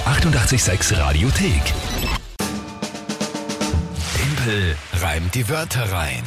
886 Radiothek. Tempel reimt die Wörter rein.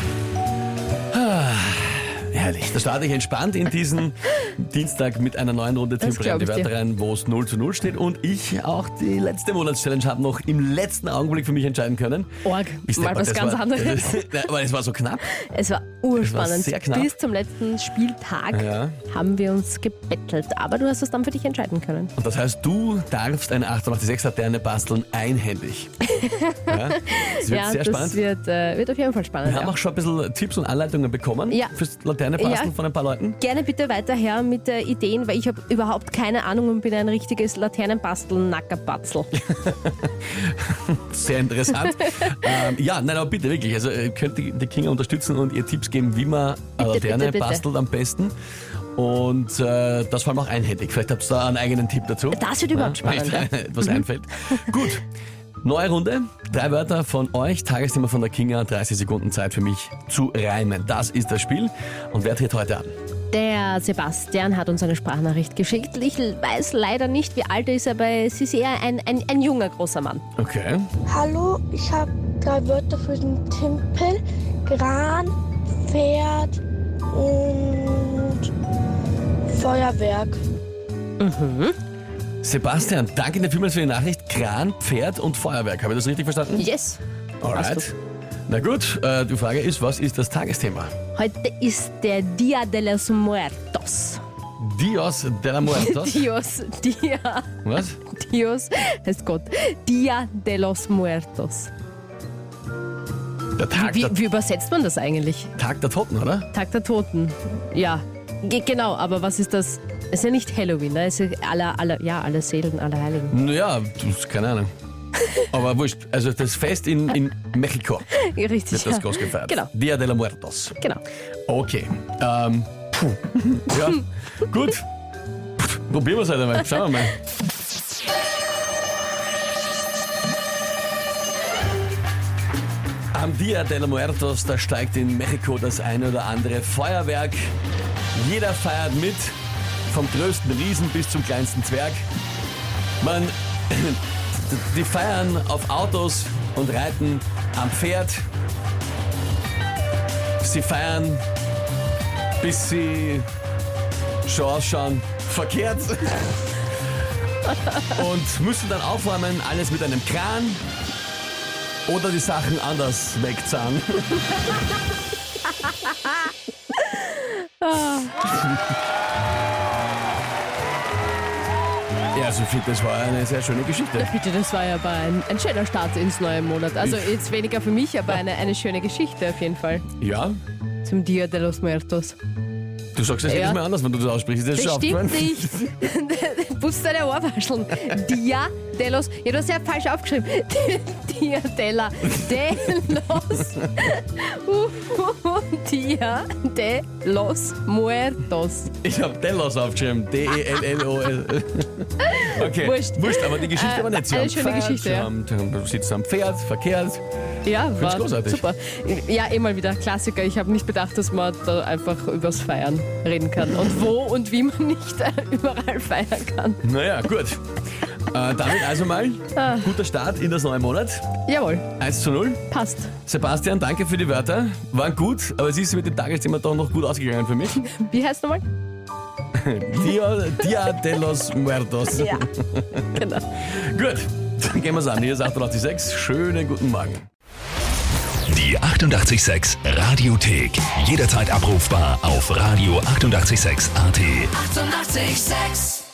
Herrlich. Da starte ich entspannt in diesen Dienstag mit einer neuen Runde Tempel reimt die Wörter rein, wo es 0:0 steht und ich auch die letzte Monatschallenge habe noch im letzten Augenblick für mich entscheiden können. Org, mal was ganz anderes. Aber es war so knapp. Es war urspannend. Es war sehr knapp. Bis zum letzten Spieltag haben wir uns gebettelt, aber du hast es dann für dich entscheiden können. Und das heißt, du darfst eine 886-Laterne basteln einhändig. Ja, das wird sehr spannend. Das wird auf jeden Fall spannend. Wir haben auch schon ein bisschen Tipps und Anleitungen bekommen fürs Laternenbasteln von ein paar Leuten. Gerne bitte weiter her mit Ideen, weil ich habe überhaupt keine Ahnung und bin ein richtiges Laternenbasteln-Nackerbatzel. Sehr interessant. Aber bitte wirklich. Also könnt ihr die Kinga unterstützen und ihr Tipps geben, wie man eine Laterne bastelt am besten. Und das vor allem auch einhändig. Vielleicht habt ihr da einen eigenen Tipp dazu. Das wird überhaupt spannend. Etwas einfällt. Gut. Neue Runde, 3 Wörter von euch, Tagesthema von der Kinga, 30 Sekunden Zeit für mich zu reimen. Das ist das Spiel. Und wer tritt heute an? Der Sebastian hat uns eine Sprachnachricht geschickt. Ich weiß leider nicht, wie alt er ist, aber es ist eher ein junger, großer Mann. Okay. Hallo, ich habe 3 Wörter für den Tempel. Kran, Pferd und Feuerwerk. Sebastian, danke dir vielmals für die Nachricht. Kran, Pferd und Feuerwerk. Habe ich das richtig verstanden? Yes. Alright. Na gut, die Frage ist, was ist das Tagesthema? Heute ist der Dia de los Muertos. Dios de la Muertos? Was? Dios heißt Gott. Dia de los Muertos. Der Tag Wie übersetzt man das eigentlich? Tag der Toten, oder? Tag der Toten. Ja, genau, aber was ist das? Es ist ja nicht Halloween, ne? Es ist alle Seelen, alle Heiligen. Naja, keine Ahnung. Aber wurscht, also das Fest in Mexiko Richtig, wird das groß gefeiert. Genau. Dia de la Muertos. Genau. Okay. Ja, gut. Probieren wir es halt einmal. Schauen wir mal. Am Dia de la Muertos, da steigt in Mexiko das eine oder andere Feuerwerk. Jeder feiert mit, vom größten Riesen bis zum kleinsten Zwerg. Die feiern auf Autos und reiten am Pferd. Sie feiern, bis sie schon ausschauen verkehrt. Und müssen dann aufräumen, alles mit einem Kran oder die Sachen anders wegzahlen. Ja, Sophie, das war eine sehr schöne Geschichte. Na bitte, das war ja aber ein schöner Start ins neue Monat. Also jetzt weniger für mich, aber eine schöne Geschichte auf jeden Fall. Ja? Zum Dia de los Muertos. Du sagst das jedes Mal anders, wenn du das aussprichst. Das stimmt nicht. Du musst deine Ohr wascheln. Dia de los... Ja, du hast ja falsch aufgeschrieben. Dia de los... Dia de los Muertos. Ich habe Delos aufgeschrieben. D-E-L-L-O-S. Okay, wurscht, aber die Geschichte war nett. Eine schöne Geschichte, ja. Du sitzt am Pferd, verkehrt. Ja, war großartig. Super. Ja, mal wieder Klassiker. Ich habe nicht bedacht, dass man da einfach übers Feiern reden kann. Und wo und wie man nicht überall feiern kann. Naja, gut. Damit also mal guter Start in das neue Monat. Jawohl. 1:0. Passt. Sebastian, danke für die Wörter. Waren gut, aber es ist mit dem Tagesthema doch noch gut ausgegangen für mich. Wie heißt nochmal? Dia de los Muertos. Ja, genau. Gut, dann gehen wir es an. Hier ist 886. Schönen guten Morgen. Die 886 Radiothek. Jederzeit abrufbar auf radio886.at. 886